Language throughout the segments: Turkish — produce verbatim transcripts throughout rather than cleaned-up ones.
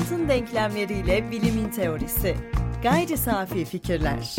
hayatın denklemleriyle bilimin teorisi. Gayri safi fikirler.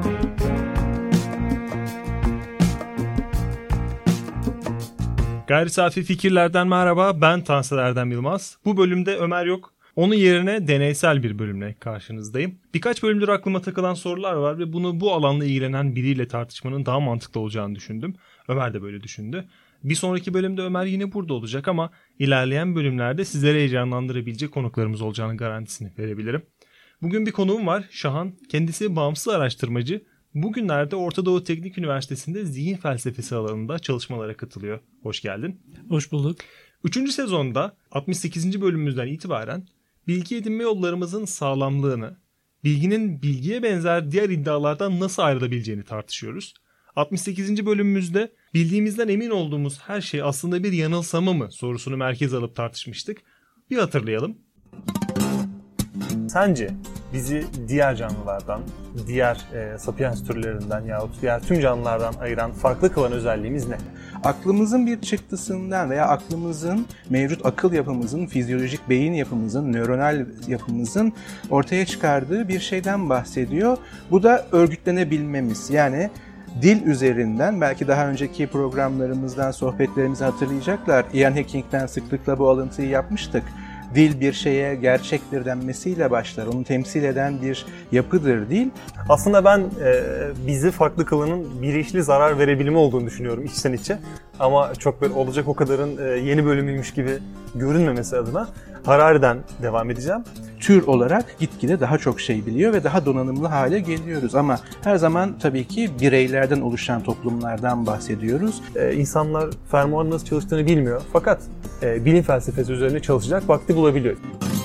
Gayri safi fikirlerden merhaba, ben Tansel Erdem Yılmaz. Bu bölümde Ömer yok. Onun yerine deneysel bir bölümle karşınızdayım. Birkaç bölümdür aklıma takılan sorular var ve bunu bu alanla ilgilenen biriyle tartışmanın daha mantıklı olacağını düşündüm. Ömer de böyle düşündü. Bir sonraki bölümde Ömer yine burada olacak ama ilerleyen bölümlerde sizlere heyecanlandırabilecek konuklarımız olacağının garantisini verebilirim. Bugün bir konuğum var, Şahan. Kendisi bağımsız araştırmacı. Bugünlerde Orta Doğu Teknik Üniversitesi'nde zihin felsefesi alanında çalışmalara katılıyor. Hoş geldin. Hoş bulduk. Üçüncü sezonda altmış sekizinci bölümümüzden itibaren bilgi edinme yollarımızın sağlamlığını, bilginin bilgiye benzer diğer iddialardan nasıl ayrılabileceğini tartışıyoruz. altmış sekizinci bölümümüzde bildiğimizden emin olduğumuz her şey aslında bir yanılsama mı sorusunu merkeze alıp tartışmıştık. Bir hatırlayalım. Sence bizi diğer canlılardan, diğer e, sapiens türlerinden yahut diğer tüm canlılardan ayıran, farklı kılan özelliğimiz ne? Aklımızın bir çıktısından veya aklımızın, mevcut akıl yapımızın, fizyolojik beyin yapımızın, nöronal yapımızın ortaya çıkardığı bir şeyden bahsediyor. Bu da örgütlenebilmemiz. Yani dil üzerinden, belki daha önceki programlarımızdan, sohbetlerimizi hatırlayacaklar. Ian Hacking'den sıklıkla bu alıntıyı yapmıştık. Dil bir şeye gerçektir denmesiyle başlar. Onu temsil eden bir yapıdır dil. Aslında ben e, bizi farklı kılanın bilinçli zarar verebilimi olduğunu düşünüyorum içten içe. Ama çok böyle olacak o kadarın e, yeni bölümüymüş gibi görünmemesi adına Harari'den devam edeceğim. Tür olarak gitgide daha çok şey biliyor ve daha donanımlı hale geliyoruz. Ama her zaman tabii ki bireylerden oluşan toplumlardan bahsediyoruz. Ee, insanlar fermuarın nasıl çalıştığını bilmiyor. Fakat e, bilim felsefesi üzerine çalışacak vakti bulabiliyor.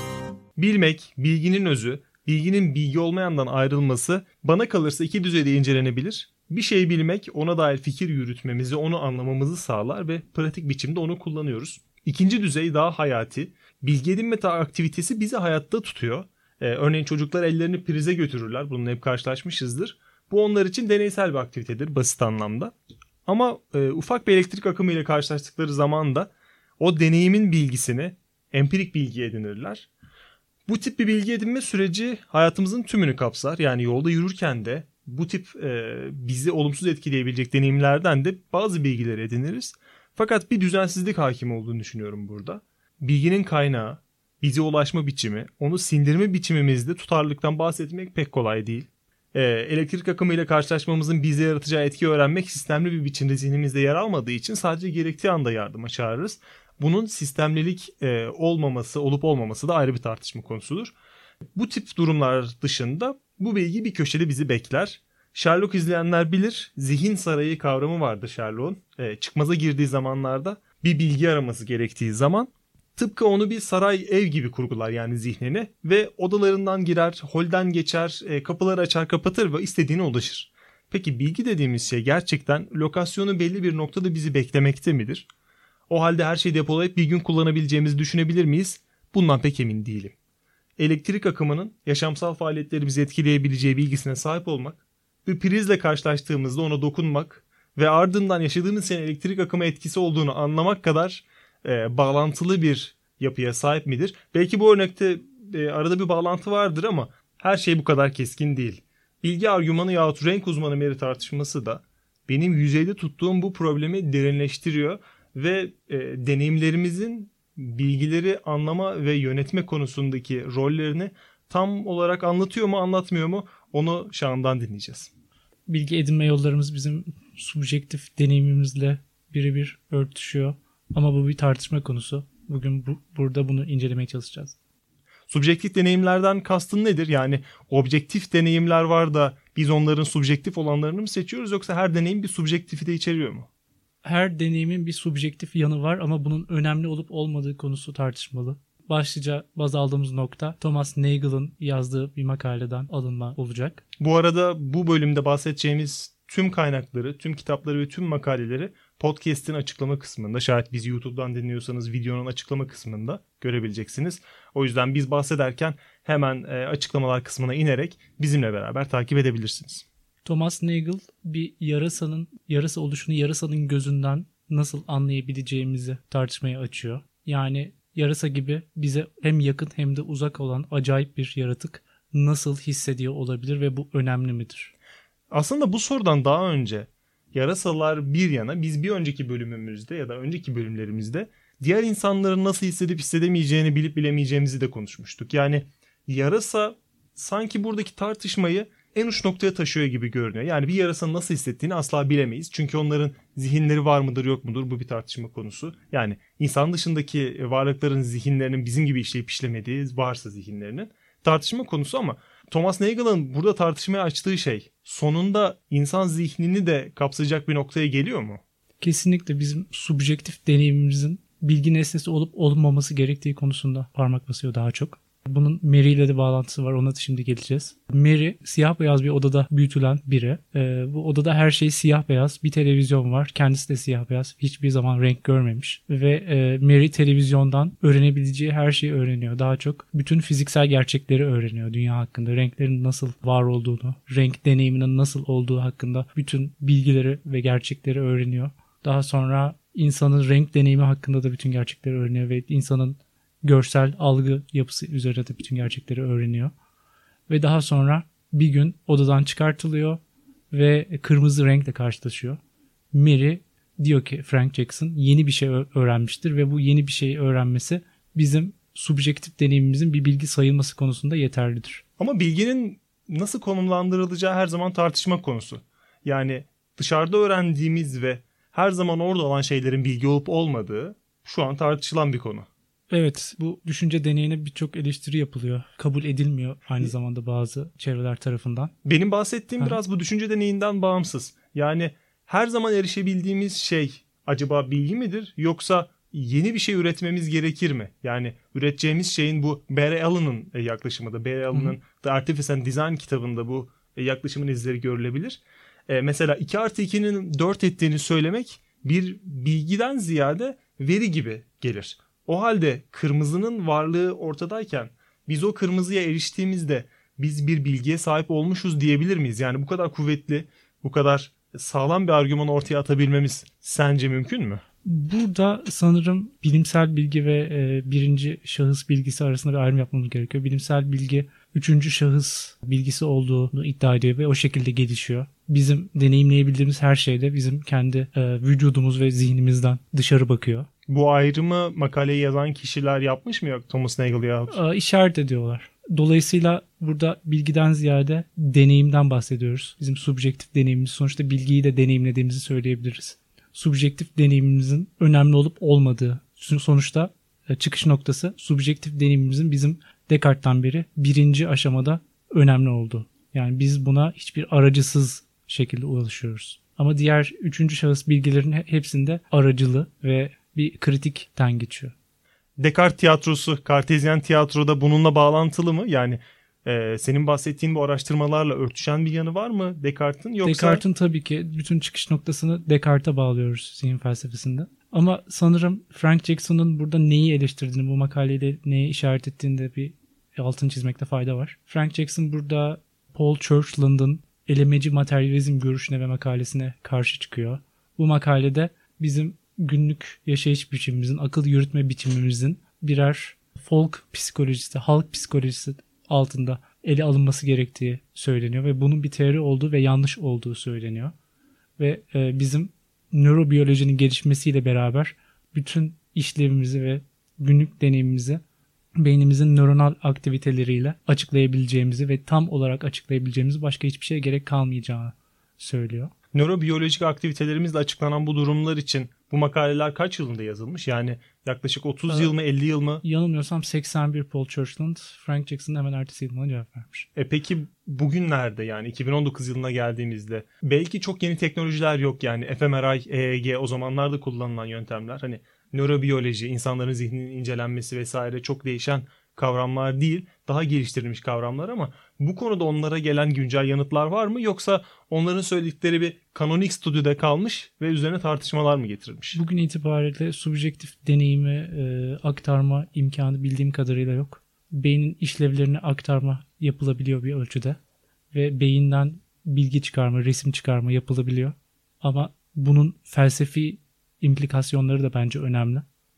Bilmek, bilginin özü, bilginin bilgi olmayandan ayrılması bana kalırsa iki düzeyde incelenebilir. Bir şey bilmek, ona dair fikir yürütmemizi, onu anlamamızı sağlar ve pratik biçimde onu kullanıyoruz. İkinci düzey daha hayati. Bilgi edinme aktivitesi bizi hayatta tutuyor. Ee, örneğin çocuklar ellerini prize götürürler. Bununla hep karşılaşmışızdır. Bu onlar için deneysel bir aktivitedir basit anlamda. Ama e, ufak bir elektrik akımı ile karşılaştıkları zaman da o deneyimin bilgisini empirik bilgi edinirler. Bu tip bir bilgi edinme süreci hayatımızın tümünü kapsar. Yani yolda yürürken de bu tip e, bizi olumsuz etkileyebilecek deneyimlerden de bazı bilgileri ediniriz. Fakat bir düzensizlik hakim olduğunu düşünüyorum burada. Bilginin kaynağı, bize ulaşma biçimi, onu sindirme biçimimizde tutarlılıktan bahsetmek pek kolay değil. Ee, elektrik akımıyla karşılaşmamızın bize yaratacağı etki öğrenmek sistemli bir biçimde zihnimizde yer almadığı için sadece gerektiği anda yardıma çağırırız. Bunun sistemlilik e, olmaması, olup olmaması da ayrı bir tartışma konusudur. Bu tip durumlar dışında bu bilgi bir köşede bizi bekler. Sherlock izleyenler bilir, zihin sarayı kavramı vardı Sherlock'un. E, çıkmaza girdiği zamanlarda bir bilgi araması gerektiği zaman tıpkı onu bir saray ev gibi kurgular yani zihnini ve odalarından girer, holden geçer, e, kapıları açar kapatır ve istediğine ulaşır. Peki bilgi dediğimiz şey gerçekten lokasyonu belli bir noktada bizi beklemekte midir? O halde her şeyi depolayıp bir gün kullanabileceğimizi düşünebilir miyiz? Bundan pek emin değilim. Elektrik akımının yaşamsal faaliyetleri bizi etkileyebileceği bilgisine sahip olmak, bir prizle karşılaştığımızda ona dokunmak ve ardından yaşadığımız şeyin elektrik akımı etkisi olduğunu anlamak kadar e, bağlantılı bir yapıya sahip midir? Belki bu örnekte e, arada bir bağlantı vardır ama her şey bu kadar keskin değil. Bilgi argümanı yahut renk uzmanı meri tartışması da benim yüzeyde tuttuğum bu problemi derinleştiriyor ve e, deneyimlerimizin bilgileri anlama ve yönetme konusundaki rollerini tam olarak anlatıyor mu anlatmıyor mu onu Şahan'dan dinleyeceğiz. Bilgi edinme yollarımız bizim subjektif deneyimimizle birebir örtüşüyor. Ama bu bir tartışma konusu. Bugün bu, burada bunu incelemeye çalışacağız. Subjektif deneyimlerden kastın nedir? Yani objektif deneyimler var da biz onların subjektif olanlarını mı seçiyoruz yoksa her deneyim bir subjektifite içeriyor mu? Her deneyimin bir subjektif yanı var ama bunun önemli olup olmadığı konusu tartışmalı. Başlıca baz aldığımız nokta Thomas Nagel'ın yazdığı bir makaleden alınma olacak. Bu arada bu bölümde bahsedeceğimiz tüm kaynakları, tüm kitapları ve tüm makaleleri podcast'in açıklama kısmında, şayet bizi YouTube'dan dinliyorsanız videonun açıklama kısmında görebileceksiniz. O yüzden biz bahsederken hemen e, açıklamalar kısmına inerek bizimle beraber takip edebilirsiniz. Thomas Nagel bir yarasanın, yarasa oluşunu yarasanın gözünden nasıl anlayabileceğimizi tartışmaya açıyor. Yani yarasa gibi bize hem yakın hem de uzak olan acayip bir yaratık nasıl hissediyor olabilir ve bu önemli midir? Aslında bu sorudan daha önce yarasalar bir yana biz bir önceki bölümümüzde ya da önceki bölümlerimizde diğer insanların nasıl hissedip hissedemeyeceğini bilip bilemeyeceğimizi de konuşmuştuk. Yani yarasa sanki buradaki tartışmayı en uç noktaya taşıyor gibi görünüyor. Yani bir yarasanın nasıl hissettiğini asla bilemeyiz. Çünkü onların zihinleri var mıdır yok mudur bu bir tartışma konusu. Yani insan dışındaki varlıkların zihinlerinin bizim gibi işleyip işlemediği varsa zihinlerinin tartışma konusu ama Thomas Nagel'ın burada tartışmaya açtığı şey sonunda insan zihnini de kapsayacak bir noktaya geliyor mu? Kesinlikle bizim subjektif deneyimimizin bilgi nesnesi olup olmaması gerektiği konusunda parmak basıyor daha çok. Bunun Mary ile de bağlantısı var. Ona da şimdi geleceğiz. Mary siyah beyaz bir odada büyütülen biri. Ee, bu odada her şey siyah beyaz. Bir televizyon var. Kendisi de siyah beyaz. Hiçbir zaman renk görmemiş. Ve e, Mary televizyondan öğrenebileceği her şeyi öğreniyor. Daha çok bütün fiziksel gerçekleri öğreniyor dünya hakkında. Renklerin nasıl var olduğunu, renk deneyiminin nasıl olduğu hakkında bütün bilgileri ve gerçekleri öğreniyor. Daha sonra insanın renk deneyimi hakkında da bütün gerçekleri öğreniyor ve insanın görsel algı yapısı üzerine de bütün gerçekleri öğreniyor. Ve daha sonra bir gün odadan çıkartılıyor ve kırmızı renkle karşılaşıyor. Mary diyor ki Frank Jackson yeni bir şey öğrenmiştir ve bu yeni bir şeyi öğrenmesi bizim subjektif deneyimimizin bir bilgi sayılması konusunda yeterlidir. Ama bilginin nasıl konumlandırılacağı her zaman tartışma konusu. Yani dışarıda öğrendiğimiz ve her zaman orada olan şeylerin bilgi olup olmadığı şu an tartışılan bir konu. Evet, bu düşünce deneyine birçok eleştiri yapılıyor. Kabul edilmiyor aynı zamanda bazı çevreler tarafından. Benim bahsettiğim ha. biraz bu düşünce deneyinden bağımsız. Yani her zaman erişebildiğimiz şey acaba bilgi midir yoksa yeni bir şey üretmemiz gerekir mi? Yani üreteceğimiz şeyin bu Barry Allen'ın yaklaşımı da Barry Allen'ın The Artifice and Design kitabında bu yaklaşımın izleri görülebilir. Ee, mesela iki artı ikinin dört ettiğini söylemek bir bilgiden ziyade veri gibi gelir. O halde kırmızının varlığı ortadayken biz o kırmızıya eriştiğimizde biz bir bilgiye sahip olmuşuz diyebilir miyiz? Yani bu kadar kuvvetli, bu kadar sağlam bir argüman ortaya atabilmemiz sence mümkün mü? Burada sanırım bilimsel bilgi ve e, birinci şahıs bilgisi arasında bir ayrım yapmamız gerekiyor. Bilimsel bilgi üçüncü şahıs bilgisi olduğunu iddia ediyor ve o şekilde gelişiyor. Bizim deneyimleyebildiğimiz her şeyde bizim kendi e, vücudumuz ve zihnimizden dışarı bakıyor. Bu ayrımı makaleyi yazan kişiler yapmış mı yok Thomas Nagel ya? E, işaret ediyorlar. Dolayısıyla burada bilgiden ziyade deneyimden bahsediyoruz. Bizim subjektif deneyimimiz sonuçta bilgiyi de deneyimlediğimizi söyleyebiliriz. Subjektif deneyimimizin önemli olup olmadığı sonuçta çıkış noktası subjektif deneyimimizin bizim Descartes'ten beri birinci aşamada önemli olduğu. Yani biz buna hiçbir aracısız şekilde ulaşıyoruz. Ama diğer üçüncü şahıs bilgilerin hepsinde aracılı ve bir kritikten geçiyor. Descartes tiyatrosu, Kartezyen tiyatroda bununla bağlantılı mı? Yani e, senin bahsettiğin bu araştırmalarla örtüşen bir yanı var mı Descartes'in? Yoksa... Descartes'in tabii ki bütün çıkış noktasını Descartes'e bağlıyoruz zihin felsefesinde. Ama sanırım Frank Jackson'ın burada neyi eleştirdiğini, bu makaleyle neye işaret ettiğinde bir altını çizmekte fayda var. Frank Jackson burada Paul Churchland'ın elemeci materyalizm görüşüne ve makalesine karşı çıkıyor. Bu makalede bizim günlük yaşayış biçimimizin, akıl yürütme biçimimizin birer folk psikolojisi, halk psikolojisi altında ele alınması gerektiği söyleniyor ve bunun bir teori olduğu ve yanlış olduğu söyleniyor. Ve e, bizim nörobiyolojinin gelişmesiyle beraber bütün işlevimizi ve günlük deneyimimizi beynimizin nöronal aktiviteleriyle açıklayabileceğimizi ve tam olarak açıklayabileceğimizi, başka hiçbir şeye gerek kalmayacağını söylüyor. Nörobiyolojik aktivitelerimizle açıklanan bu durumlar için bu makaleler kaç yılında yazılmış? Yani yaklaşık otuz evet. yıl mı elli yıl mı? Yanılmıyorsam seksen bir Paul Churchland, Frank Jackson hemen ertesi yılına cevap vermiş. E peki bugünlerde yani iki bin on dokuz yılına geldiğimizde belki çok yeni teknolojiler yok yani F M R I, E E G o zamanlarda kullanılan yöntemler. Hani nörobiyoloji, insanların zihninin incelenmesi vesaire çok değişen kavramlar değil, daha geliştirilmiş kavramlar ama bu konuda onlara gelen güncel yanıtlar var mı? Yoksa onların söyledikleri bir kanonik statüde kalmış ve üzerine tartışmalar mı getirilmiş? Bugün itibariyle subjektif deneyimi e, aktarma imkanı bildiğim kadarıyla yok. Beynin işlevlerini aktarma yapılabiliyor bir ölçüde ve beyinden bilgi çıkarma, resim çıkarma yapılabiliyor. Ama bunun felsefi implikasyonları da bence önemli.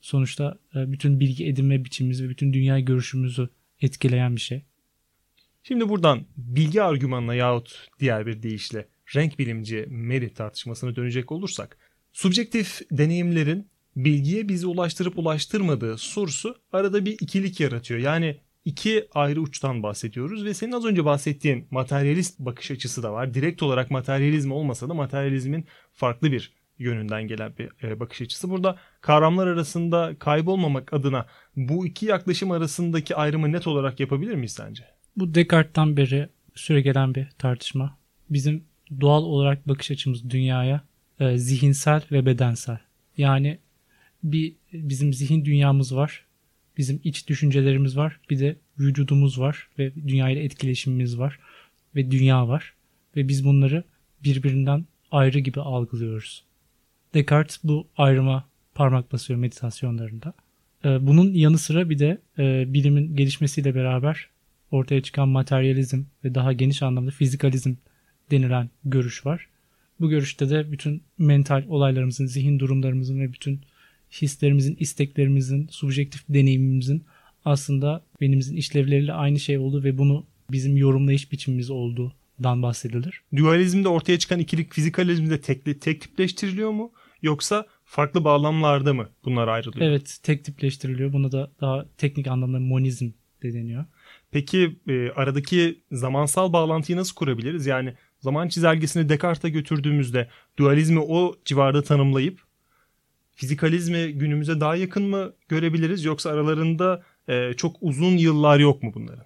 Sonuçta bütün bilgi edinme biçimimiz ve bütün dünya görüşümüzü etkileyen bir şey. Şimdi buradan bilgi argümanına yahut diğer bir deyişle renk bilimci Mary tartışmasına dönecek olursak, subjektif deneyimlerin bilgiye bizi ulaştırıp ulaştırmadığı sorusu arada bir ikilik yaratıyor. Yani iki ayrı uçtan bahsediyoruz ve senin az önce bahsettiğin materyalist bakış açısı da var. Direkt olarak materyalizm olmasa da materyalizmin farklı bir yönünden gelen bir bakış açısı. Burada kavramlar arasında kaybolmamak adına bu iki yaklaşım arasındaki ayrımı net olarak yapabilir miyiz sence? Bu Descartes'tan beri süregelen bir tartışma. Bizim doğal olarak bakış açımız dünyaya e, zihinsel ve bedensel. Yani bir bizim zihin dünyamız var. Bizim iç düşüncelerimiz var. Bir de vücudumuz var ve dünyayla etkileşimimiz var ve dünya var ve biz bunları birbirinden ayrı gibi algılıyoruz. Descartes bu ayrıma parmak basıyor meditasyonlarında. E, bunun yanı sıra bir de e, bilimin gelişmesiyle beraber ortaya çıkan materyalizm ve daha geniş anlamda fizikalizm denilen görüş var. Bu görüşte de bütün mental olaylarımızın, zihin durumlarımızın ve bütün hislerimizin, isteklerimizin, subjektif deneyimimizin aslında beynimizin işlevleriyle aynı şey olduğu ve bunu bizim yorumlayış biçimimiz olduğundan bahsedilir. Dualizmde ortaya çıkan ikilik fizikalizmde tek, tek tipleştiriliyor mu? Yoksa farklı bağlamlarda mı bunlar ayrılıyor? Evet, tek tipleştiriliyor. Buna da daha teknik anlamda monizm de deniyor. Peki e, aradaki zamansal bağlantıyı nasıl kurabiliriz? Yani zaman çizelgesini Descartes'e götürdüğümüzde dualizmi o civarda tanımlayıp fizikalizmi günümüze daha yakın mı görebiliriz? Yoksa aralarında e, çok uzun yıllar yok mu bunların?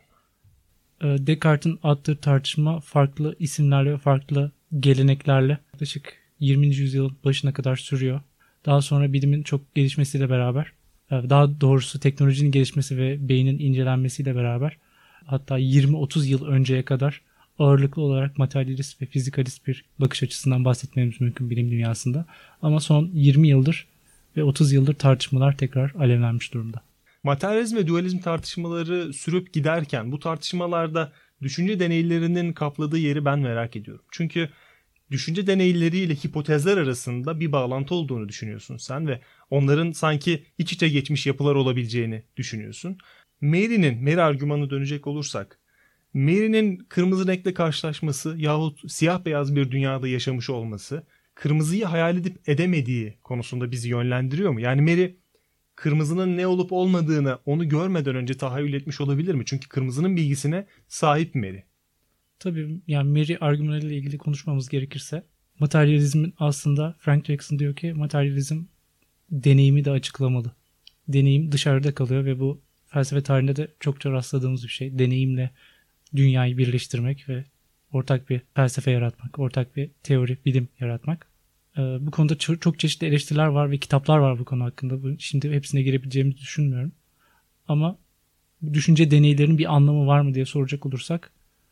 E, Descartes'in attığı tartışma farklı isimlerle ve farklı geleneklerle yaklaşık yirminci yüzyılın başına kadar sürüyor. Daha sonra bilimin çok gelişmesiyle beraber, daha doğrusu teknolojinin gelişmesi ve beynin incelenmesiyle beraber hatta yirmi otuz yıl önceye kadar ağırlıklı olarak materyalist ve fizikalist bir bakış açısından bahsetmemiz mümkün bilim dünyasında. Ama son yirmi yıldır ve otuz yıldır tartışmalar tekrar alevlenmiş durumda. Materyalizm ve dualizm tartışmaları sürüp giderken bu tartışmalarda düşünce deneylerinin kapladığı yeri ben merak ediyorum. Çünkü düşünce deneyleriyle hipotezler arasında bir bağlantı olduğunu düşünüyorsun sen ve onların sanki iç içe geçmiş yapılar olabileceğini düşünüyorsun. Mary'nin, Mary argümanına dönecek olursak, Mary'nin kırmızı renkle karşılaşması yahut siyah beyaz bir dünyada yaşamış olması, kırmızıyı hayal edip edemediği konusunda bizi yönlendiriyor mu? Yani Mary, kırmızının ne olup olmadığını onu görmeden önce tahayyül etmiş olabilir mi? Çünkü kırmızının bilgisine sahip Mary. Tabii yani Mary argümanıyla ilgili konuşmamız gerekirse materyalizmin aslında Frank Jackson diyor ki materyalizm deneyimi de açıklamalı. Deneyim dışarıda kalıyor ve bu felsefe tarihinde de çokça rastladığımız bir şey. Deneyimle dünyayı birleştirmek ve ortak bir felsefe yaratmak, ortak bir teori, bilim yaratmak. Ee, bu konuda çok, çok çeşitli eleştiriler var ve kitaplar var bu konu hakkında. Şimdi hepsine girebileceğimizi düşünmüyorum. Ama düşünce deneylerinin bir anlamı var mı diye soracak olursak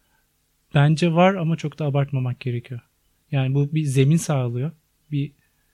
bence var ama çok da abartmamak gerekiyor. Yani bu bir zemin sağlıyor. Bir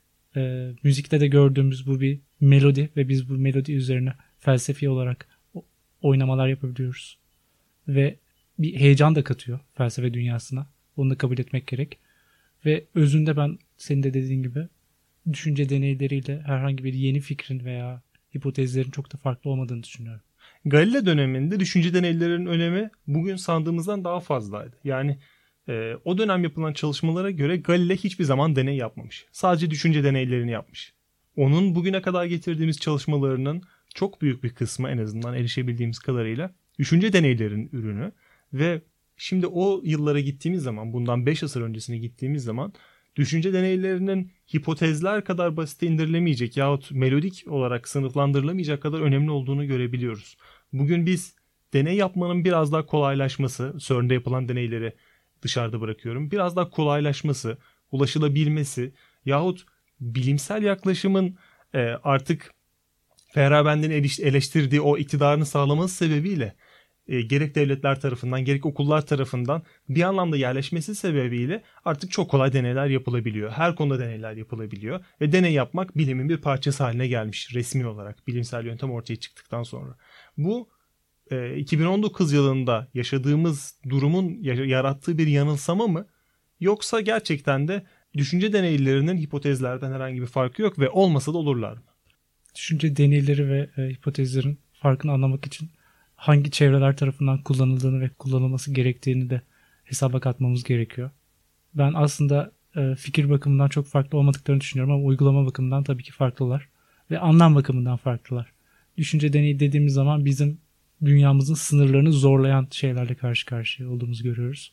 e, müzikte de gördüğümüz bu bir melodi ve biz bu melodi üzerine felsefi olarak oynamalar yapabiliyoruz. Ve bir heyecan da katıyor felsefe dünyasına. Onu da kabul etmek gerek. Ve özünde ben senin de dediğin gibi düşünce deneyleriyle herhangi bir yeni fikrin veya hipotezlerin çok da farklı olmadığını düşünüyorum. Galileo döneminde düşünce deneylerinin önemi bugün sandığımızdan daha fazlaydı. Yani e, o dönem yapılan çalışmalara göre Galileo hiçbir zaman deney yapmamış. Sadece düşünce deneylerini yapmış. Onun bugüne kadar getirdiğimiz çalışmalarının çok büyük bir kısmı, en azından erişebildiğimiz kadarıyla, düşünce deneylerinin ürünü ve şimdi o yıllara gittiğimiz zaman, bundan beş asır öncesine gittiğimiz zaman düşünce deneylerinin hipotezler kadar basite indirilemeyecek yahut melodik olarak sınıflandırılamayacak kadar önemli olduğunu görebiliyoruz. Bugün biz deney yapmanın biraz daha kolaylaşması, C E R N'de yapılan deneyleri dışarıda bırakıyorum, biraz daha kolaylaşması, ulaşılabilmesi yahut bilimsel yaklaşımın e, artık Feyerabend'in eleştirdiği o iktidarını sağlaması sebebiyle e, gerek devletler tarafından gerek okullar tarafından bir anlamda yerleşmesi sebebiyle artık çok kolay deneyler yapılabiliyor. Her konuda deneyler yapılabiliyor ve deney yapmak bilimin bir parçası haline gelmiş resmi olarak, bilimsel yöntem ortaya çıktıktan sonra. Bu e, iki bin on dokuz yılında yaşadığımız durumun yarattığı bir yanılsama mı? Yoksa gerçekten de düşünce deneylerinin hipotezlerden herhangi bir farkı yok ve olmasa da olurlar mı? Düşünce deneyleri ve e, hipotezlerin farkını anlamak için hangi çevreler tarafından kullanıldığını ve kullanılması gerektiğini de hesaba katmamız gerekiyor. Ben aslında e, fikir bakımından çok farklı olmadıklarını düşünüyorum ama uygulama bakımından tabii ki farklılar. Ve anlam bakımından farklılar. Düşünce deneyi dediğimiz zaman bizim dünyamızın sınırlarını zorlayan şeylerle karşı karşıya olduğumuzu görüyoruz.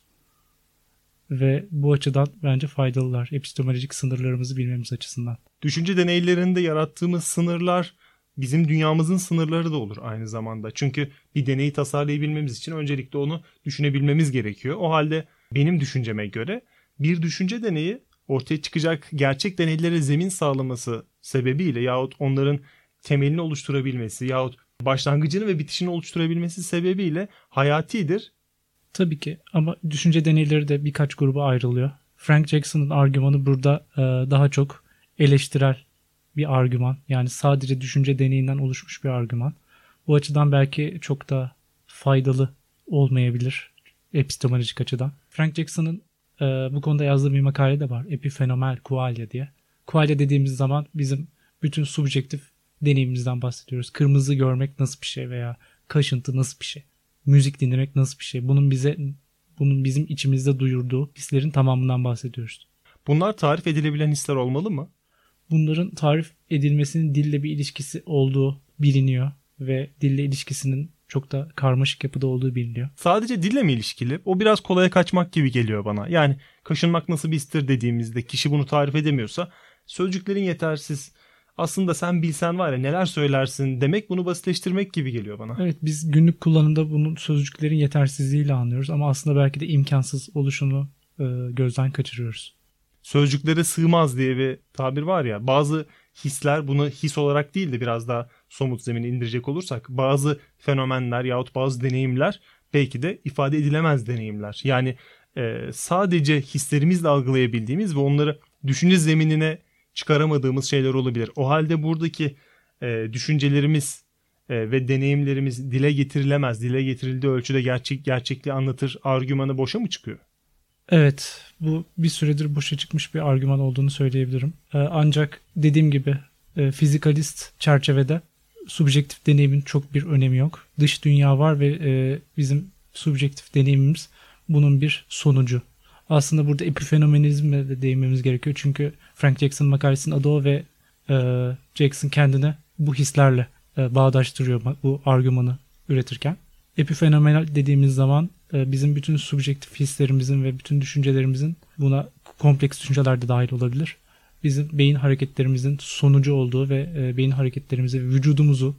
Ve bu açıdan bence faydalılar. Epistemolojik sınırlarımızı bilmemiz açısından. Düşünce deneylerinde yarattığımız sınırlar bizim dünyamızın sınırları da olur aynı zamanda. Çünkü bir deneyi tasarlayabilmemiz için öncelikle onu düşünebilmemiz gerekiyor. O halde benim düşünceme göre bir düşünce deneyi ortaya çıkacak gerçek deneylere zemin sağlaması sebebiyle yahut onların temelini oluşturabilmesi yahut başlangıcını ve bitişini oluşturabilmesi sebebiyle hayatidir. Tabii ki ama düşünce deneyleri de birkaç gruba ayrılıyor. Frank Jackson'ın argümanı burada e, daha çok eleştirel bir argüman. Yani sadece düşünce deneyinden oluşmuş bir argüman. Bu açıdan belki çok da faydalı olmayabilir epistemolojik açıdan. Frank Jackson'ın e, bu konuda yazdığı bir makale de var. Epifenomenal qualia diye. Qualia dediğimiz zaman bizim bütün subjektif deneyimimizden bahsediyoruz. Kırmızı görmek nasıl bir şey veya kaşıntı nasıl bir şey? Müzik dinlemek nasıl bir şey? Bunun bize bunun bizim içimizde duyurduğu hislerin tamamından bahsediyoruz. Bunlar tarif edilebilen hisler olmalı mı? Bunların tarif edilmesinin dille bir ilişkisi olduğu biliniyor ve dille ilişkisinin çok da karmaşık yapıda olduğu biliniyor. Sadece dille mi ilişkili? O biraz kolaya kaçmak gibi geliyor bana. Yani kaşınmak nasıl bir histir dediğimizde kişi bunu tarif edemiyorsa sözcüklerin yetersiz. Aslında sen bilsen var ya neler söylersin demek bunu basitleştirmek gibi geliyor bana. Evet biz günlük kullanımda bunun sözcüklerin yetersizliğiyle anlıyoruz ama aslında belki de imkansız oluşunu e, gözden kaçırıyoruz. Sözcüklere sığmaz diye bir tabir var ya, bazı hisler bunu his olarak değil de biraz daha somut zemine indirecek olursak bazı fenomenler yahut bazı deneyimler belki de ifade edilemez deneyimler. Yani e, sadece hislerimizle algılayabildiğimiz ve onları düşünce zeminine çıkaramadığımız şeyler olabilir. O halde buradaki e, düşüncelerimiz e, ve deneyimlerimiz dile getirilemez, dile getirildiği ölçüde gerçek gerçekliği anlatır argümanı boşa mı çıkıyor? Evet, bu bir süredir boşa çıkmış bir argüman olduğunu söyleyebilirim. Ee, ancak dediğim gibi e, fizikalist çerçevede subjektif deneyimin çok bir önemi yok. Dış dünya var ve e, bizim subjektif deneyimimiz bunun bir sonucu. Aslında burada epifenomenizme de değinmemiz gerekiyor. Çünkü Frank Jackson makalesinin adı o ve e, Jackson kendini bu hislerle e, bağdaştırıyor bu argümanı üretirken. Epifenomenal dediğimiz zaman e, bizim bütün subjektif hislerimizin ve bütün düşüncelerimizin, buna kompleks düşünceler de dahil olabilir, bizim beyin hareketlerimizin sonucu olduğu ve e, beyin hareketlerimizi, vücudumuzu,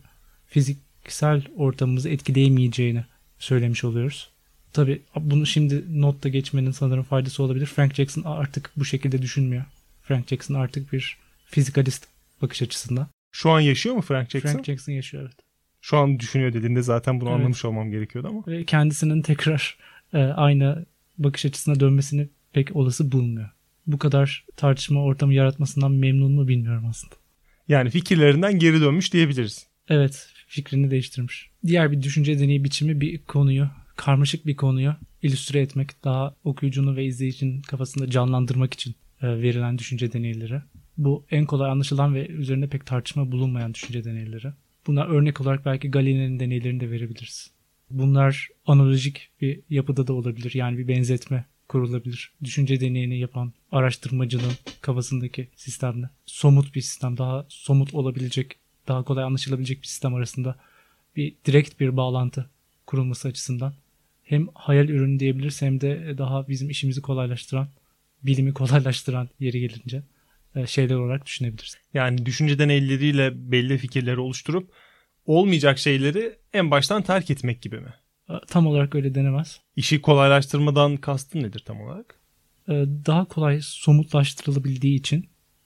fiziksel ortamımızı etkileyemeyeceğini söylemiş oluyoruz. Tabii bunu şimdi notta geçmenin sanırım faydası olabilir. Frank Jackson artık bu şekilde düşünmüyor. Frank Jackson artık bir fizikalist bakış açısında. Şu an yaşıyor mu Frank Jackson? Frank Jackson yaşıyor, evet. Şu an düşünüyor dediğinde zaten bunu Evet. anlamış olmam gerekiyordu ama. Ve kendisinin tekrar e, aynı bakış açısına dönmesini pek olası bulmuyor. Bu kadar tartışma ortamı yaratmasından memnun mu bilmiyorum aslında. Yani fikirlerinden geri dönmüş diyebiliriz. Evet, fikrini değiştirmiş. Diğer bir düşünce deneyi biçimi bir konuyu, karmaşık bir konuyu illüstre etmek, daha okuyucunun ve izleyicinin kafasında canlandırmak için e, verilen düşünce deneyleri. Bu en kolay anlaşılan ve üzerinde pek tartışma bulunmayan düşünce deneyleri. Bunlar örnek olarak belki Galileo'nun deneylerini de verebiliriz. Bunlar analojik bir yapıda da olabilir. Yani bir benzetme kurulabilir. Düşünce deneyini yapan araştırmacının kafasındaki sistemle somut bir sistem, daha somut olabilecek, daha kolay anlaşılabilecek bir sistem arasında bir direkt bir bağlantı kurulması açısından hem hayal ürünü diyebiliriz hem de daha bizim işimizi kolaylaştıran, bilimi kolaylaştıran yeri gelince şeyler olarak düşünebiliriz. Yani düşünce deneyleriyle belli fikirleri oluşturup olmayacak şeyleri en baştan terk etmek gibi mi? Tam olarak öyle denemez. İşi kolaylaştırmadan kastın nedir tam olarak? Daha kolay somutlaştırılabildiği için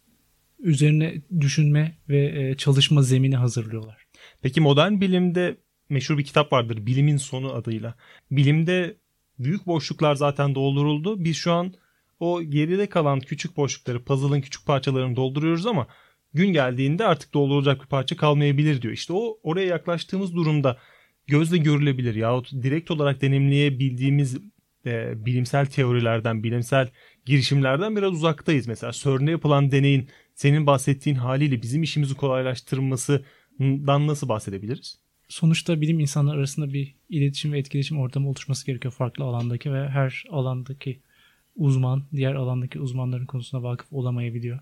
üzerine düşünme ve çalışma zemini hazırlıyorlar. Peki modern bilimde meşhur bir kitap vardır, Bilimin Sonu adıyla. Bilimde büyük boşluklar zaten dolduruldu. Biz şu an o geride kalan küçük boşlukları, puzzle'ın küçük parçalarını dolduruyoruz ama gün geldiğinde artık doldurulacak bir parça kalmayabilir diyor. İşte o oraya yaklaştığımız durumda gözle görülebilir yahut direkt olarak deneyimleyebildiğimiz e, bilimsel teorilerden, bilimsel girişimlerden biraz uzaktayız. Mesela CERN'de yapılan deneyin senin bahsettiğin haliyle bizim işimizi kolaylaştırmasından nasıl bahsedebiliriz? Sonuçta bilim insanları arasında bir iletişim ve etkileşim ortamı oluşması gerekiyor farklı alandaki ve her alandaki uzman diğer alandaki uzmanların konusuna vakıf olamayabiliyor.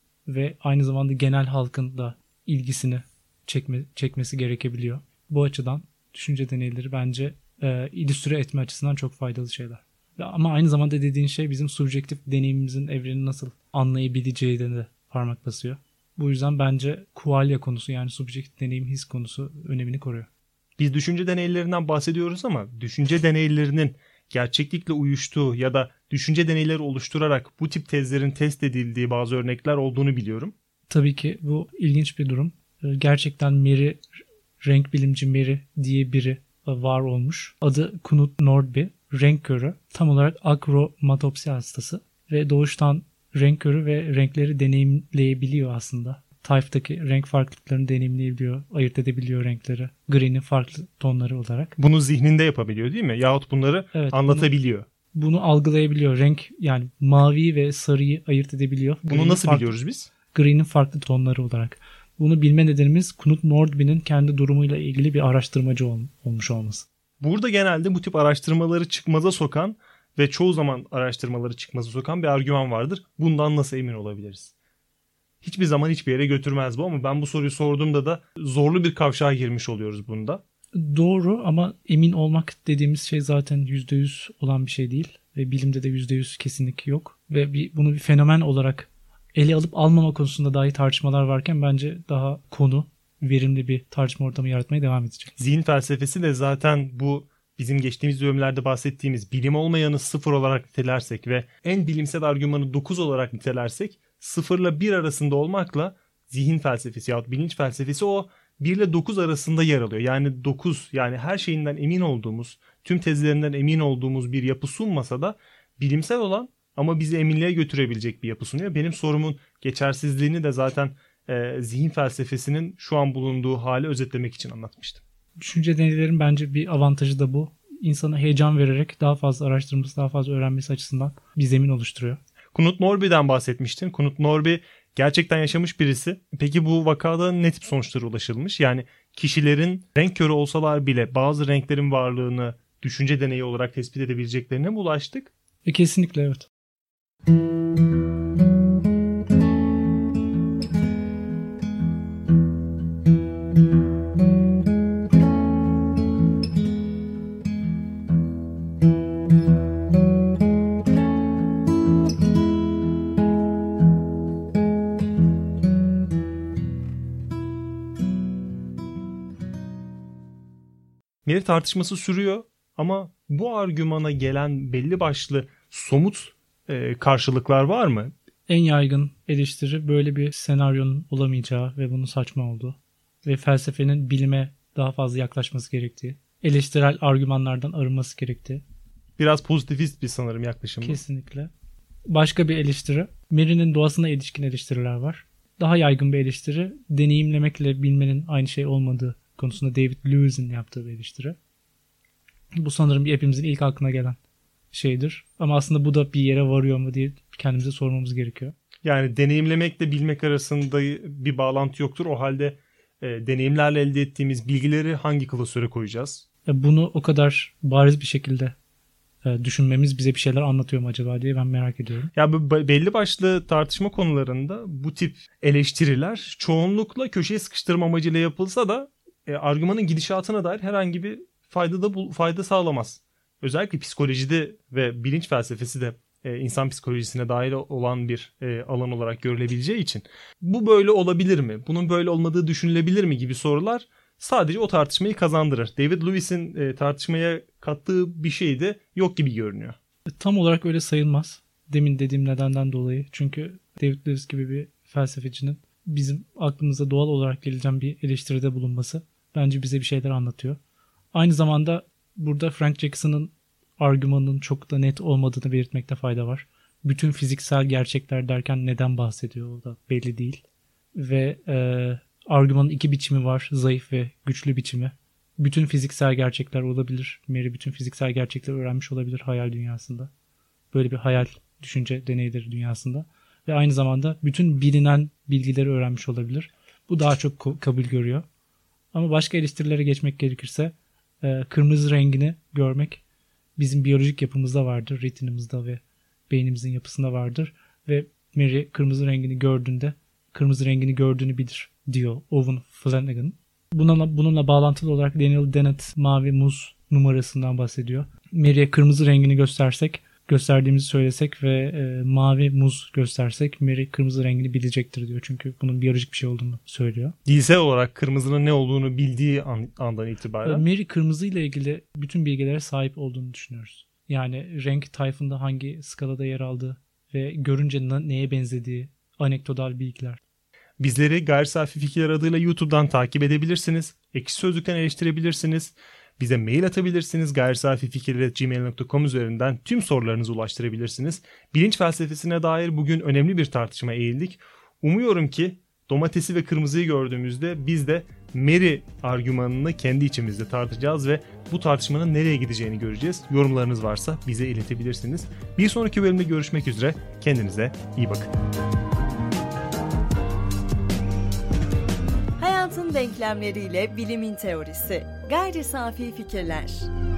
Ve aynı zamanda genel halkın da ilgisini çekme, çekmesi gerekebiliyor. Bu açıdan düşünce deneyleri bence e, illüstre etme açısından çok faydalı şeyler. Ama aynı zamanda dediğin şey bizim subjektif deneyimimizin evreni nasıl anlayabileceğine de parmak basıyor. Bu yüzden bence kualya konusu yani subjektif deneyim his konusu önemini koruyor. Biz düşünce deneylerinden bahsediyoruz ama düşünce deneylerinin gerçeklikle uyuştuğu ya da düşünce deneyleri oluşturarak bu tip tezlerin test edildiği bazı örnekler olduğunu biliyorum. Tabii ki bu ilginç bir durum. Gerçekten Mary, renk bilimci Mary diye biri var olmuş. Adı Knut Nordby. Renk körü. Tam olarak akromatopsi hastası. Ve doğuştan renk körü ve renkleri deneyimleyebiliyor aslında. Type'daki renk farklılıklarını deneyimleyebiliyor. Ayırt edebiliyor renkleri. Gri'nin farklı tonları olarak. Bunu zihninde yapabiliyor değil mi? Yahut bunları evet, anlatabiliyor. Bunu, bunu algılayabiliyor. Renk yani mavi ve sarıyı ayırt edebiliyor. Bunu Gri'nin nasıl farklı, biliyoruz biz? Gri'nin farklı tonları olarak. Bunu bilme nedenimiz Knut Nordby'nin kendi durumuyla ilgili bir araştırmacı ol, olmuş olması. Burada genelde bu tip araştırmaları çıkmaza sokan ve çoğu zaman araştırmaları çıkmaza sokan bir argüman vardır. Bundan nasıl emin olabiliriz? Hiçbir zaman hiçbir yere götürmez bu ama ben bu soruyu sorduğumda da zorlu bir kavşağa girmiş oluyoruz bunda. Doğru ama emin olmak dediğimiz şey zaten yüzde yüz olan bir şey değil. Ve bilimde de yüzde yüz kesinlik yok. Ve bir, bunu bir fenomen olarak ele alıp almama konusunda dahi tartışmalar varken bence daha konu verimli bir tartışma ortamı yaratmaya devam edecek. Zihin felsefesi de zaten bu bizim geçtiğimiz bölümlerde bahsettiğimiz bilim olmayanı sıfır olarak nitelersek ve en bilimsel argümanı dokuz olarak nitelersek sıfırla bir arasında olmakla zihin felsefesi yahut bilinç felsefesi o bir ile dokuz arasında yer alıyor. Yani dokuz yani her şeyinden emin olduğumuz, tüm tezlerinden emin olduğumuz bir yapı sunmasa da bilimsel olan ama bizi eminliğe götürebilecek bir yapı sunuyor. Benim sorumun geçersizliğini de zaten e, zihin felsefesinin şu an bulunduğu hali özetlemek için anlatmıştım. Düşünce deneylerin bence bir avantajı da bu. İnsana heyecan vererek daha fazla araştırması, daha fazla öğrenmesi açısından bir zemin oluşturuyor. Knut Norby'den bahsetmiştin. Knut Norby gerçekten yaşamış birisi. Peki bu vakada ne tip sonuçlara ulaşılmış? Yani kişilerin renk körü olsalar bile bazı renklerin varlığını düşünce deneyi olarak tespit edebileceklerine mi ulaştık? E, kesinlikle evet. Mary tartışması sürüyor ama bu argümana gelen belli başlı somut e, karşılıklar var mı? En yaygın eleştiri böyle bir senaryonun olamayacağı ve bunun saçma olduğu ve felsefenin bilime daha fazla yaklaşması gerektiği, eleştirel argümanlardan arınması gerektiği. Biraz pozitivist bir sanırım yaklaşım. Kesinlikle. Başka bir eleştiri, Mary'nin doğasına ilişkin eleştiriler var. Daha yaygın bir eleştiri, deneyimlemekle bilmenin aynı şey olmadığı konusunda David Lewis'in yaptığı bir eleştiri. Bu sanırım hepimizin ilk aklına gelen şeydir. Ama aslında bu da bir yere varıyor mu diye kendimize sormamız gerekiyor. Yani deneyimlemekle bilmek arasında bir bağlantı yoktur. O halde e, deneyimlerle elde ettiğimiz bilgileri hangi klasöre koyacağız? Bunu o kadar bariz bir şekilde e, düşünmemiz bize bir şeyler anlatıyor mu acaba diye ben merak ediyorum. Ya bu belli başlı tartışma konularında bu tip eleştiriler çoğunlukla köşeye sıkıştırma amacıyla yapılsa da e, argümanın gidişatına dair herhangi bir fayda da bu, fayda sağlamaz. Özellikle psikolojide ve bilinç felsefesi de e, insan psikolojisine dahil olan bir e, alan olarak görülebileceği için bu böyle olabilir mi? Bunun böyle olmadığı düşünülebilir mi gibi sorular sadece o tartışmayı kazandırır. David Lewis'in e, tartışmaya kattığı bir şey de yok gibi görünüyor. Tam olarak öyle sayılmaz. Demin dediğim nedenden dolayı. Çünkü David Lewis gibi bir felsefecinin bizim aklımıza doğal olarak geleceğin bir eleştiride bulunması bence bize bir şeyler anlatıyor. Aynı zamanda burada Frank Jackson'ın argümanının çok da net olmadığını belirtmekte fayda var. Bütün fiziksel gerçekler derken neden bahsediyor o da belli değil. Ve e, argümanın iki biçimi var. Zayıf ve güçlü biçimi. Bütün fiziksel gerçekler olabilir. Mary bütün fiziksel gerçekleri öğrenmiş olabilir hayal dünyasında. Böyle bir hayal düşünce deneyleri dünyasında. ve aynı zamanda bütün bilinen bilgileri öğrenmiş olabilir. Bu daha çok ko- kabul görüyor. Ama başka eleştirilere geçmek gerekirse e, kırmızı rengini görmek bizim biyolojik yapımızda vardır. Retinamızda ve beynimizin yapısında vardır. Ve Mary kırmızı rengini gördüğünde kırmızı rengini gördüğünü bilir diyor Owen Flanagan. Bununla, bununla bağlantılı olarak Daniel Dennett mavi muz numarasından bahsediyor. Mary'e kırmızı rengini göstersek, gösterdiğimizi söylesek ve e, mavi muz göstersek Mary kırmızı rengini bilecektir diyor. Çünkü bunun biyolojik bir şey olduğunu söylüyor. Dilsel olarak kırmızının ne olduğunu bildiği an, andan itibaren. Mary kırmızı ile ilgili bütün bilgilere sahip olduğunu düşünüyoruz. Yani renk tayfında hangi skalada yer aldığı ve görünce neye benzediği, anekdotal bilgiler. Bizleri Gayri Safi Fikirler adıyla YouTube'dan takip edebilirsiniz. Ekşi Sözlük'ten eleştirebilirsiniz. Bize mail atabilirsiniz. gayrisafifikirler at gmail nokta com üzerinden tüm sorularınızı ulaştırabilirsiniz. Bilinç felsefesine dair bugün önemli bir tartışma eğildik. Umuyorum ki domatesi ve kırmızıyı gördüğümüzde biz de Mary argümanını kendi içimizde tartacağız ve bu tartışmanın nereye gideceğini göreceğiz. Yorumlarınız varsa bize iletebilirsiniz. Bir sonraki bölümde görüşmek üzere. Kendinize iyi bakın. Hayatın denklemleriyle bilimin teorisi. Gayri safi fikirler.